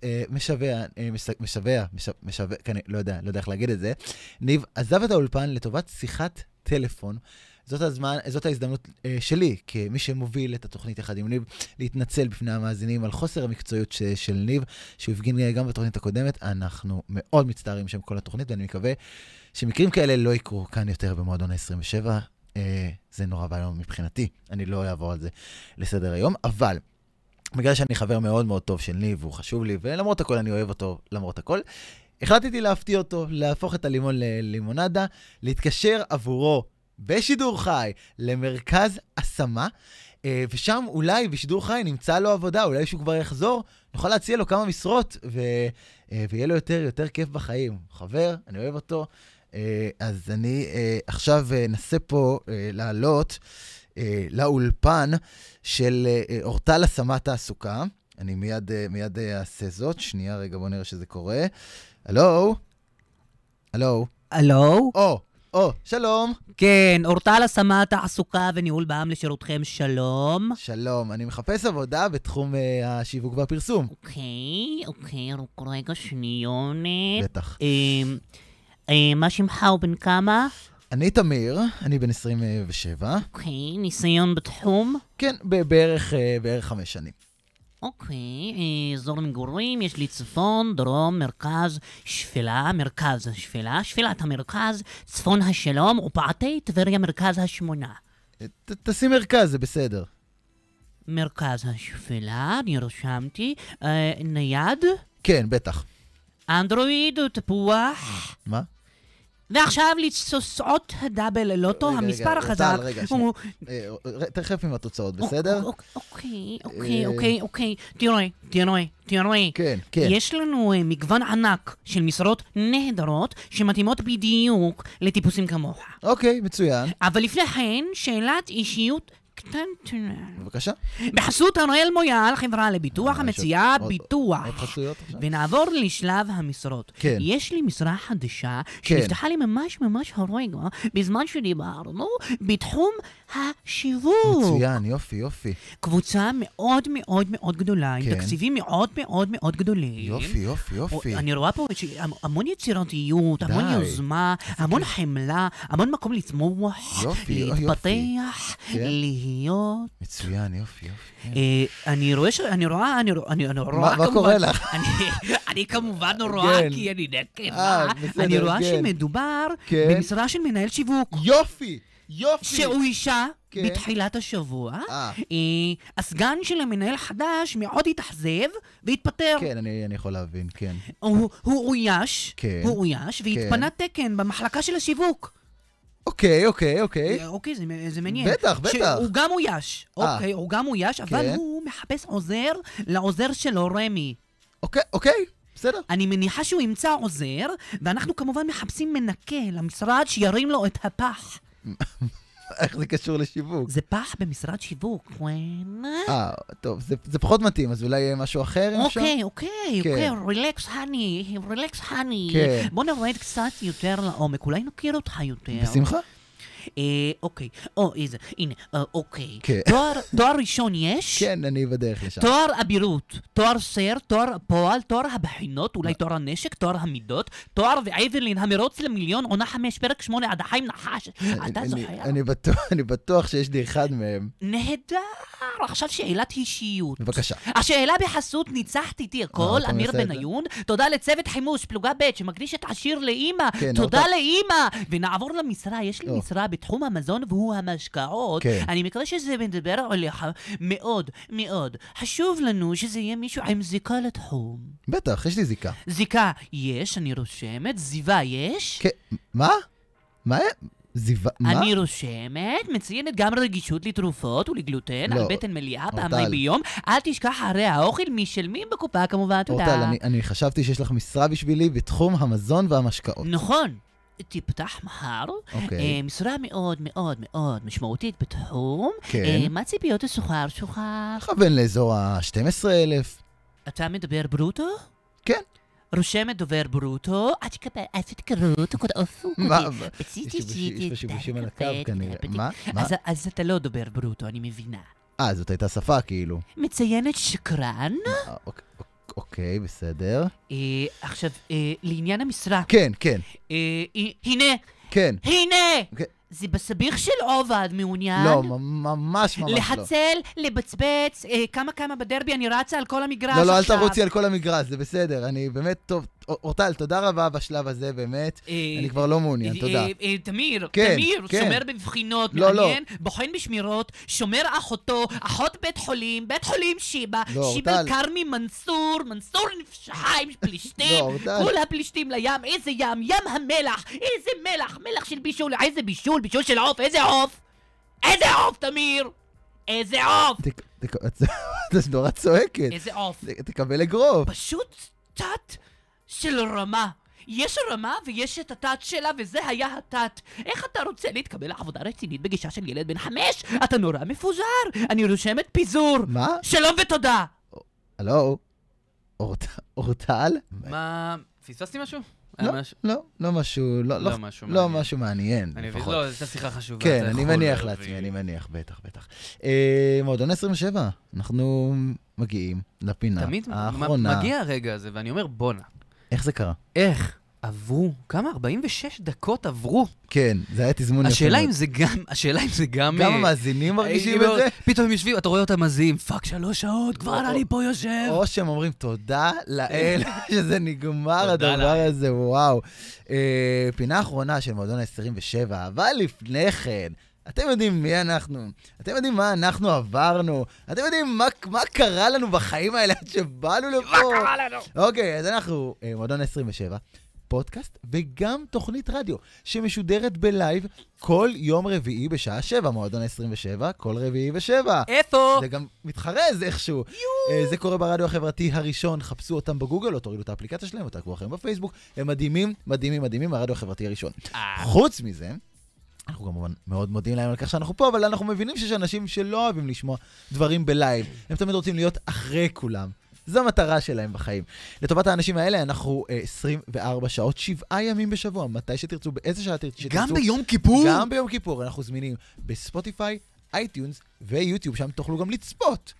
משווע, לא יודע איך להגיד את זה, ניב עזב את האולפן לטובת שיחת טלפון. זאת ההזדמנות שלי, כמי שמוביל את התוכנית יחד עם ניב, להתנצל בפני המאזינים על חוסר המקצועיות של ניב, שהוא הפגין גם בתוכנית הקודמת. אנחנו מאוד מצטערים שם כל התוכנית, ואני מקווה שמקרים כאלה לא יקרו כאן יותר במועדון ה-27. זה נורא ביום מבחינתי, אני לא אעבור על זה לסדר היום, אבל בגלל שאני חבר מאוד מאוד טוב של ניב, והוא חשוב לי, ולמרות הכל אני אוהב אותו, למרות הכל, החלטתי להפתיע אותו, להפוך את הלימון ללימונדה, להתקשר עבורו בשידור חי למרכז השמה, ושם אולי בשידור חי נמצא לו עבודה, אולי שהוא כבר יחזור, נוכל להציע לו כמה משרות, ויהיה לו יותר כיף בחיים. חבר, אני אוהב אותו, אז אני עכשיו נסה פה לעלות לאולפן של אורטל השמה תעסוקה. אני מיד אעשה זאת. שנייה רגע, בוא נראה שזה קורה. הלו? שלום. כן, אורטל השמה תעסוקה וניהול בע"מ לשירותכם, שלום. שלום, אני מחפש עבודה בתחום השיווק והפרסום. אוקיי, רגע שניונת. בטח. מה שמך ובן כמה? אני תמיר, אני בן 27. אוקיי, ניסיון בתחום? כן, בערך 5 שנים. אוקיי, אזור למגורים, יש לי צפון, דרום, מרכז, שפלה, מרכז השפלה, שפלת המרכז, צפון השלום, ופעתי טבריה מרכז השמונה. תשים מרכז, זה בסדר. מרכז השפלה, אני רשמתי. נייד? כן, בטח. אנדרואיד או תפוח? מה? ועכשיו לתוצאות הדאבל לוטו, המספר החזק. רגע, שנייה. תרחף עם התוצאות, בסדר? אוקיי. תראה. כן. יש לנו מגוון ענק של משרות נהדרות שמתאימות בדיוק לטיפוסים כמוך. אוקיי, מצוין. אבל לפני כן, שאלת אישיות קטנטנה. בבקשה. בחסות הראל מויאל, חברה לביטוח המציעה ביטוח. עוד חסויות עכשיו? ונעבור לשלב המשרות. כן. יש לי משרה חדשה שנפתחה לי ממש הרגע, בזמן שדיברנו, בתחום השיווק. מצוין, יופי. קבוצה מאוד גדולה, עם תקציבים מאוד גדולים. יופי. אני רואה פה המון יצירתיות, המון יוזמה, המון חמלה, המון מקום לצמוח, להתפתח, להיות. מצוין, יופי. אני רואה, מה קורה לך? אני כמובן רואה, כי אני נקבה. אני רואה שמדובר במשרה של מנהל שיווק. יופי. שהוא אישה בתחילת השבוע. הסגן של המנהל חדש מאוד התאכזב והתפטר. כן, אני יכול להבין, כן. הוא אויש, והתפנה תקן במחלקה של השיווק. אוקיי. אוקיי, זה מעניין. בטח. שהוא גם אויש. אוקיי, הוא גם אויש, אבל הוא מחפש עוזר לעוזר שלו, רמי. אוקיי, בסדר. אני מניחה שהוא ימצא עוזר, ואנחנו כמובן מחפשים מנקה למשרד שירים לו את הפח. איך זה קשור לשיווק? זה פח במשרד שיווק. טוב, זה פחות מתאים, אז אולי משהו אחר אם אפשר? אוקיי, רילקס הני. בוא נרד קצת יותר לעומק, אולי נכיר אותך יותר. בשמחה. אוקיי, הנה, אוקיי. כן. תואר ראשון יש? כן, אני בדרך לשם. תואר אבירות, תואר סר, תואר הפועל, תואר הבחינות, אולי תואר הנשק, תואר המידות, תואר ואייבלין, המרוץ למיליון, עונה 5, פרק 8, עד החיים נחש. אתה זוכר? אני בטוח שיש לי אחד מהם. נהדר, עכשיו שאלת אישיות. בבקשה. השאלה בחסות ניצחת איתי הכל, אמיר בניון. תודה לצוות חימוש, פלוגה ב' שמקדיש את השיר לאמא. תודה לאמא. ונעבור למשרה, יש לי משרה בתחום המזון והוא המשקאות. אני מקווה שזה מדבר עליך מאוד מאוד. חשוב לנו שזה יהיה מישהו עם זיקה לתחום. בטח, יש לי זיקה. זיקה יש, אני רושמת. זיווה יש? מה? מה? אני רושמת, מציינת גם רגישות לתרופות ולגלוטן, על בטן מליאה פעמיים ביום. אל תשכח הרי האוכל משלמים בקופה כמובן, תודה. אורטל, אני חשבתי שיש לך משרה בשבילי בתחום המזון והמשקאות. נכון. תפתח מחר, משרה מאוד מאוד מאוד משמעותית בתחום. מה ציפיות השכר שלך? מכוון לאזור ה-12,000. אתה מדבר ברוטו? כן. רושמת דובר ברוטו, עד שקבל, קרוטו, קוד אופו. מה? יש פה שיבושים על הקו כנראה. מה? אז אתה לא דובר ברוטו, אני מבינה. זאת הייתה שפה כאילו. מציינת שקרן. אוקיי, בסדר. עכשיו, לעניין המשרה. כן. הנה. כן. הנה! זה בסביך של עובד מעוניין. לא, ממש לא. לחצל, לבצבץ, כמה בדרבי אני רצה על כל המגרש עכשיו. לא, אל עכשיו. תרוצי על כל המגרש, זה בסדר. אני באמת טוב. אורטל, תודה רבה בשלב הזה, באמת. אני כבר לא מעוניין, תודה. תמיר, כן. שומר בבחינות, לא. מעניין, בוחן בשמירות, שומר אחותו, אחות בית חולים שיבה, שיבל קרמי, מנסור נפשחה עם פלישתים, כל הפלישתים לים, איזה ים המלח, איזה מלח של בישול, איזה בישול של עוף, איזה עוף, תמיר, איזה עוף. זה נורא צועקת. איזה עוף. תקבל אגרוף. פשוט תת של רמה. יש רמה ויש את התת שלה, וזה היה התת. איך אתה רוצה להתקבל לעבודה רצינית בגישה של ילד בן 5? אתה נורא מפוזר. אני רושמת פיזור. מה? שלום ותודה. הלו? אורטל? מה? פספסתי משהו? לא משהו מעניין. לא, זו שיחה חשובה. כן, אני מניח לעצמי, בטח. מועדון 27, אנחנו מגיעים לפינה האחרונה. תמיד מגיע הרגע הזה, ואני אומר בונה. איך זה קרה? איך? עברו, כמה? 46 דקות עברו. כן, זה היה תזמון יפה. השאלה אם זה גם... גם המאזינים מרגישים את זה? פתאום הם יושבים, אתה רואה אותם מזיעים, פאק 3 שעות, כבר אני פה יושב. או שהם אומרים, תודה לאל שזה נגמר הדבר הזה, וואו. פינה אחרונה של מועדון 27, אבל לפני כן, אתם יודעים מי אנחנו, אתם יודעים מה אנחנו עברנו, אתם יודעים מה קרה לנו בחיים האלה עד שבאנו לפה. מה קרה לנו? אוקיי, אז אנחנו מועדון 27. פודקאסט וגם תוכנית רדיו שמשודרת בלייב כל יום רביעי בשעה 7, מועדון 27, כל רביעי ב7. איפה? זה גם מתחרז איכשהו. זה קורה ברדיו החברתי הראשון, חפשו אותם בגוגל או תורידו את האפליקציה שלהם או תעקבו אחריהם בפייסבוק, הם מדהימים, הרדיו החברתי הראשון. חוץ מזה, אנחנו כמובן מאוד מודים להם על כך שאנחנו פה, אבל אנחנו מבינים שיש אנשים שלא אוהבים לשמוע דברים בלייב. הם תמיד רוצים להיות אחרי כולם. זו המטרה שלהם בחיים. לטובת האנשים האלה, אנחנו 24 שעות, 7 ימים בשבוע, מתי שתרצו, באיזה שעה שתרצו. גם ביום כיפור? גם ביום כיפור. אנחנו זמינים בספוטיפיי, אייטיונס ויוטיוב, שם תוכלו גם לצפות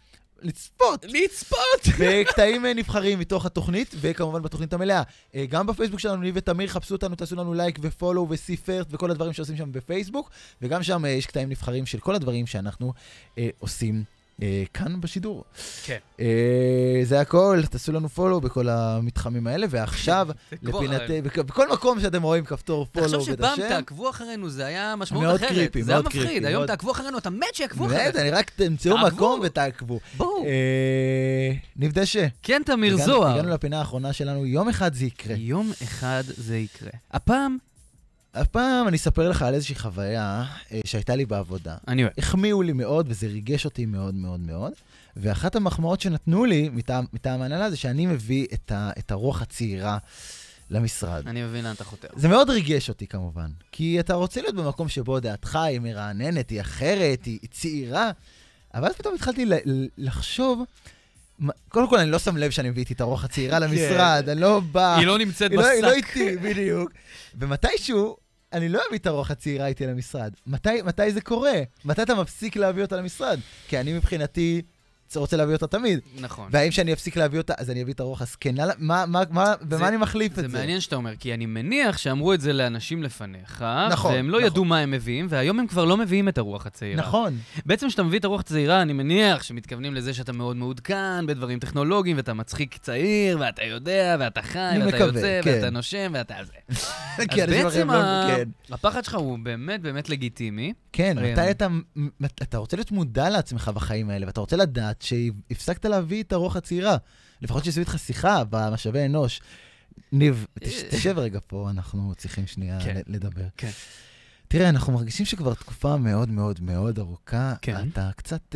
בקטעים נבחרים מתוך התוכנית, וכמובן בתוכנית המלאה. גם בפייסבוק שלנו, לי ותמיר, חפשו אותנו, תעשו לנו לייק ופולו וסיפרט וכל הדברים שעושים שם בפייסבוק, וגם שם יש קטעים נבחרים של כל הדברים שאנחנו עושים כאן בשידור. כן. זה הכל, תעשו לנו פולו בכל המתחמים האלה, ועכשיו, בכל מקום שאתם רואים כפתור פולו ודשם. תחשוב שפעם תעקבו אחרינו, זה היה משמעות אחרת. מאוד קריפי. זה היה מפחיד, היום תעקבו אחרינו, אתה מת שיעקבו אחרינו. אני רק תמצאו מקום ותעקבו. בואו. נבדשה. כן, תמיר זוהר. הגענו לפינה האחרונה שלנו, יום אחד זה יקרה. יום אחד זה יקרה. הפעם אני אספר לך על איזושהי חוויה שהייתה לי בעבודה. אני אוהב. החמיאו לי מאוד, וזה ריגש אותי מאוד מאוד מאוד. ואחת המחמאות שנתנו לי מטעם ההנהלה זה שאני מביא את הרוח הצעירה למשרד. אני מבין לאן אתה חותר. זה מאוד ריגש אותי כמובן, כי אתה רוצה להיות במקום שבו דעתך היא מרעננת, היא אחרת, היא צעירה, אבל אז פתאום התחלתי לחשוב, קודם כל אני לא שם לב שאני מביא איתי את הרוח הצעירה למשרד, אני לא בא... היא לא נמצאת בשק. היא לא איתי, בדיוק. ומתישהו, אני לא אביא את הרוח הצעירה איתי למשרד. מתי זה קורה? מתי אתה מפסיק להביא אותה למשרד? כי אני מבחינתי רוצה להביא אותה תמיד. נכון. והאם שאני אפסיק להביא אותה, אז אני אביא את הרוח הזקנה? במה אני מחליף את זה? זה מעניין שאתה אומר, כי אני מניח שאמרו את זה לאנשים לפניך, נכון, והם לא ידעו מה הם מביאים, והיום הם כבר לא מביאים את הרוח הצעירה. נכון. בעצם כשאתה מביא את הרוח הצעירה, אני מניח שמתכוונים לזה שאתה מאוד מעודכן בדברים טכנולוגיים, ואתה מצחיק צעיר, ואתה יודע, ואתה חי, ואתה יוצא, ואתה נושם, ואתה זה. אז בעצם הפחד שלך הוא באמת באמת לגיטימי. כן, מתי אתה רוצה להיות מודע לעצמך בחיים האלה, ואתה רוצה לדעת שהפסקת להביא את הרוח הצעירה, לפחות שיעשו איתך שיחה במשאבי אנוש. ניב, תשב רגע פה, אנחנו צריכים שנייה לדבר. כן. תראה, אנחנו מרגישים שכבר תקופה מאוד מאוד מאוד ארוכה, אתה קצת...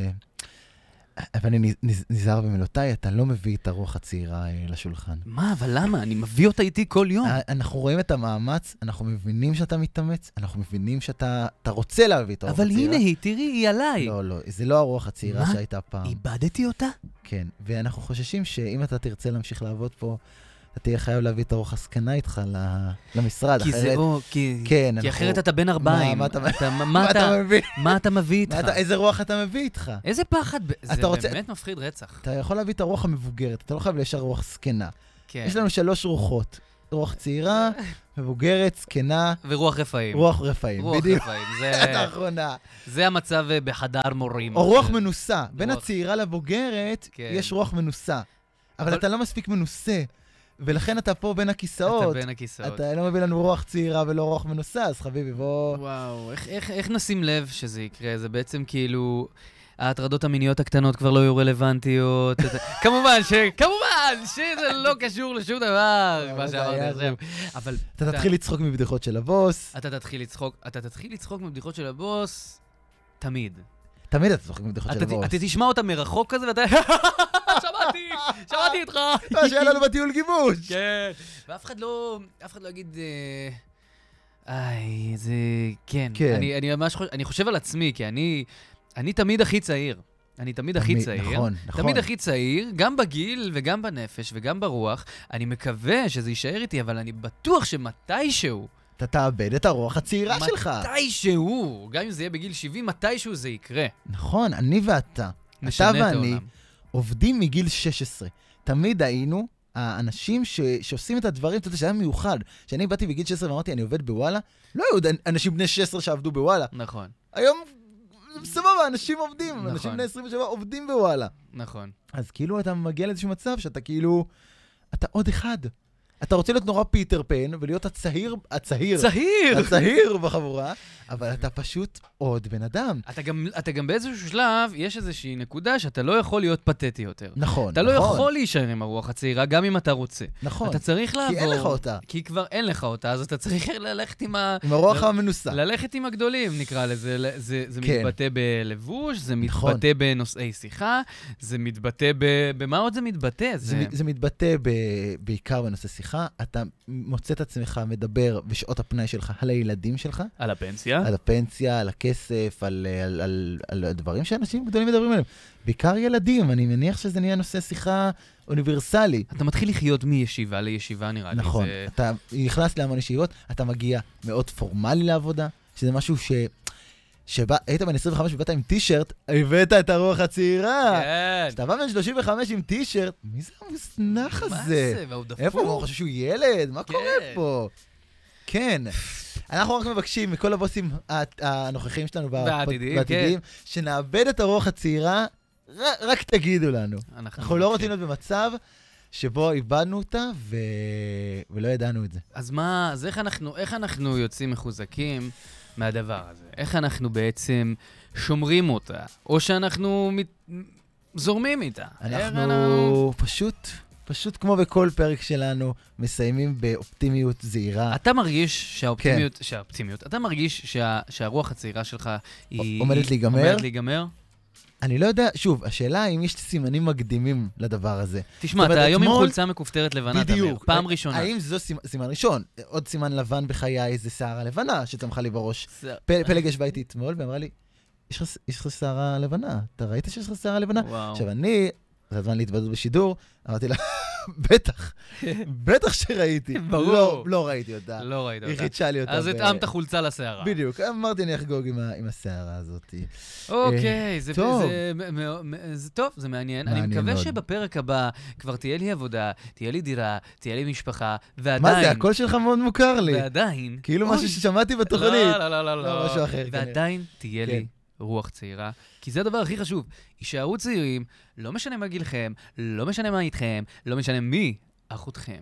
אבל אני נזהר במילותיי, אתה לא מביא את הרוח הצעירה לשולחן. מה, אבל למה? אני מביא אותה איתי כל יום. אנחנו רואים את המאמץ, אנחנו מבינים שאתה מתאמץ, אנחנו מבינים שאתה רוצה להביא את הרוח הצעירה. אבל הנה היא, תראי, היא עליי. לא, לא, זה לא הרוח הצעירה שהייתה פעם. מה? איבדתי אותה? כן, ואנחנו חוששים שאם אתה תרצה להמשיך לעבוד פה, אתה תהיה חייב להביא את הרוח הזקנה איתך למשרד. כי אחרת אתה בן 40. מה אתה מביא איתך? איזה רוח אתה מביא איתך? איזה פחד, זה באמת מפחיד רצח. אתה יכול להביא את הרוח המבוגרת, אתה לא חייב להישאר רוח זקנה. יש לנו 3 רוחות. רוח צעירה, מבוגרת, זקנה. ורוח רפאים. רוח רפאים, בדיוק. רוח רפאים, זה... האחרונה. זה המצב בחדר מורים. או רוח מנוסה. בין הצעירה לבוגרת, יש רוח מנוסה. אבל אתה לא מספיק מנוסה. ולכן אתה פה בין הכיסאות. אתה בין הכיסאות. אתה לא מביא לנו רוח צעירה ולא רוח מנוסה, אז חביבי, בוא... וואו, איך נשים לב שזה יקרה? זה בעצם כאילו... ההטרדות המיניות הקטנות כבר לא יהיו רלוונטיות. כמובן שזה לא קשור לשום דבר, מה שאמרתי עכשיו. אבל... אתה תתחיל לצחוק מבדיחות של הבוס. אתה תתחיל לצחוק מבדיחות של הבוס תמיד. תמיד אתה צוחק מבדיחות של הבוס. אתה תשמע אותה מרחוק כזה ואתה... שמעתי איתך. מה שהיה לנו בטיול גיבוש. כן. ואף אחד לא יגיד... זה... כן. אני חושב על עצמי, כי אני תמיד הכי צעיר. נכון. תמיד הכי צעיר, גם בגיל וגם בנפש וגם ברוח. אני מקווה שזה יישאר איתי, אבל אני בטוח שמתישהו... אתה תאבד את הרוח הצעירה שלך. מתישהו, גם אם זה יהיה בגיל 70, מתישהו זה יקרה. נכון, אני ואתה. אתה ואני עובדים מגיל 16. תמיד היינו האנשים שעושים את הדברים, אתה יודע, שהיה מיוחד. כשאני באתי בגיל 16 ואמרתי, אני עובד בוואלה, לא היו אנשים בני 16 שעבדו בוואלה. נכון. היום... סבבה, אנשים עובדים, נכון. אנשים בני 27 עובדים בוואלה. נכון. אז כאילו אתה מגיע לאיזשהו מצב שאתה כאילו, אתה עוד אחד. אתה רוצה להיות נורא פיטר פן, ולהיות הצעיר בחבורה, אבל אתה פשוט עוד בן אדם. אתה גם באיזשהו שלב, יש איזושהי נקודה שאתה לא יכול להיות פתטי יותר. נכון. אתה לא יכול להישאר עם הרוח הצעירה, גם אם אתה רוצה. נכון. אתה צריך לעבור. כי אין לך אותה. כי כבר אין לך אותה, אז אתה צריך ללכת עם הרוח המנוסה. ללכת עם הגדולים, נקרא לזה. זה מתבטא בלבוש, זה מתבטא בנושאי שיחה, זה מתבטא במה עוד זה מתבטא? זה מתבטא בעיקר בנושא שיחה. אתה מוצא את עצמך מדבר בשעות הפנאי שלך על הילדים שלך. על הפנסיה. על הפנסיה, על הכסף, על הדברים שאנשים גדולים מדברים עליהם. בעיקר ילדים, אני מניח שזה נהיה נושא שיחה אוניברסלי. אתה מתחיל לחיות מישיבה לישיבה, נראה לי. נכון, אתה נכנס להמון ישיבות, אתה מגיע מאוד פורמלי לעבודה, שזה משהו היית בן 25 ובאת עם טישרט, הבאת את הרוח הצעירה. כן. כשאתה בא בן 35 עם טישרט, מי זה המוסנח הזה? מה זה? והוא דפוק. איפה? הוא חושב שהוא ילד? מה קורה פה? כן. אנחנו רק מבקשים מכל הבוסים הנוכחים שלנו והעתידיים, שנאבד את הרוח הצעירה, רק תגידו לנו. אנחנו לא רוצים להיות במצב שבו איבדנו אותה ולא ידענו את זה. אז מה, אז איך אנחנו יוצאים מחוזקים מהדבר הזה? איך אנחנו בעצם שומרים אותה? או שאנחנו זורמים איתה? אנחנו פשוט כמו בכל פרק שלנו, מסיימים באופטימיות זהירה. אתה מרגיש אתה מרגיש שהרוח הצעירה שלך היא... עומדת להיגמר? עומדת להיגמר? אני לא יודע, שוב, השאלה אם יש סימנים מקדימים לדבר הזה. תשמע, אתה היום עם חולצה מכופתרת לבנה, בדיוק. פעם ראשונה. האם זה סימן ראשון? עוד סימן לבן בחיי זה שערה לבנה שצמחה לי בראש. פלג ישבה איתי אתמול ואמרה לי, יש לך שערה לבנה, אתה ראית שיש לך שערה לבנה? עכשיו אני, זה הזמן להתוודות בשידור, אמרתי לה, בטח שראיתי. ברור. לא ראיתי אותה. לא ראית אותה. היא חידשה לי אותה. אז התאמת חולצה לשערה. בדיוק, אמרתי אני אחגוג עם השערה הזאת. אוקיי, זה טוב, זה מעניין. אני מקווה שבפרק הבא כבר תהיה לי עבודה, תהיה לי דירה, תהיה לי משפחה, ועדיין... מה זה, הקול שלך מאוד מוכר לי. ועדיין... כאילו משהו ששמעתי בתוכנית. לא, משהו אחר. ועדיין תהיה לי רוח צעירה, כי זה הדבר הכי חשוב. יישארו צעירים, לא משנה מה גילכם, לא משנה מה איתכם, לא משנה מי אחותכם.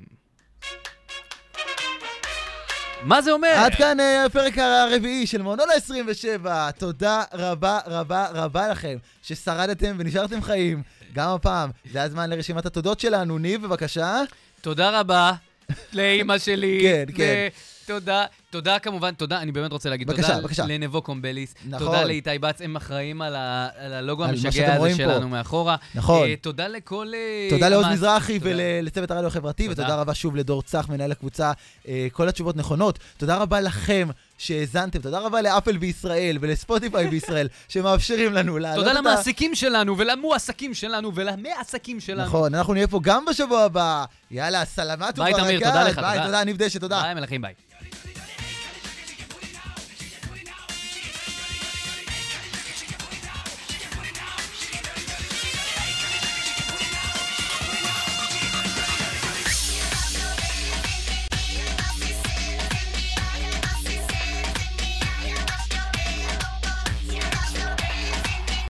מה זה אומר? עד כאן הפרק הרביעי של מונולו 27. תודה רבה רבה רבה לכם ששרדתם ונשארתם חיים. גם הפעם, זה הזמן לרשימת התודות שלנו. ניב, בבקשה. תודה רבה לאמא שלי. כן. תודה כמובן, אני באמת רוצה להגיד תודה לנבו קומבליס, תודה לאיתי בץ, הם אחראים על הלוגו המשגע הזה שלנו מאחורה. נכון. תודה לכל... תודה לעוז מזרחי ולצוות הרדיו החברתי, ותודה רבה שוב לדור צח, מנהל הקבוצה, כל התשובות נכונות. תודה רבה לכם שהזנתם, תודה רבה לאפל בישראל ולספוטיפיי בישראל, שמאפשרים לנו לעלות תודה למעסיקים שלנו ולמועסקים שלנו ולמעסקים שלנו. נכון, אנחנו נהיה פה גם בשבוע הבא. יאללה, סלמת וברקת. ביי תמיר, תודה לך. ביי, תודה, ניב דשא, תודה. ביי מלכים, ביי.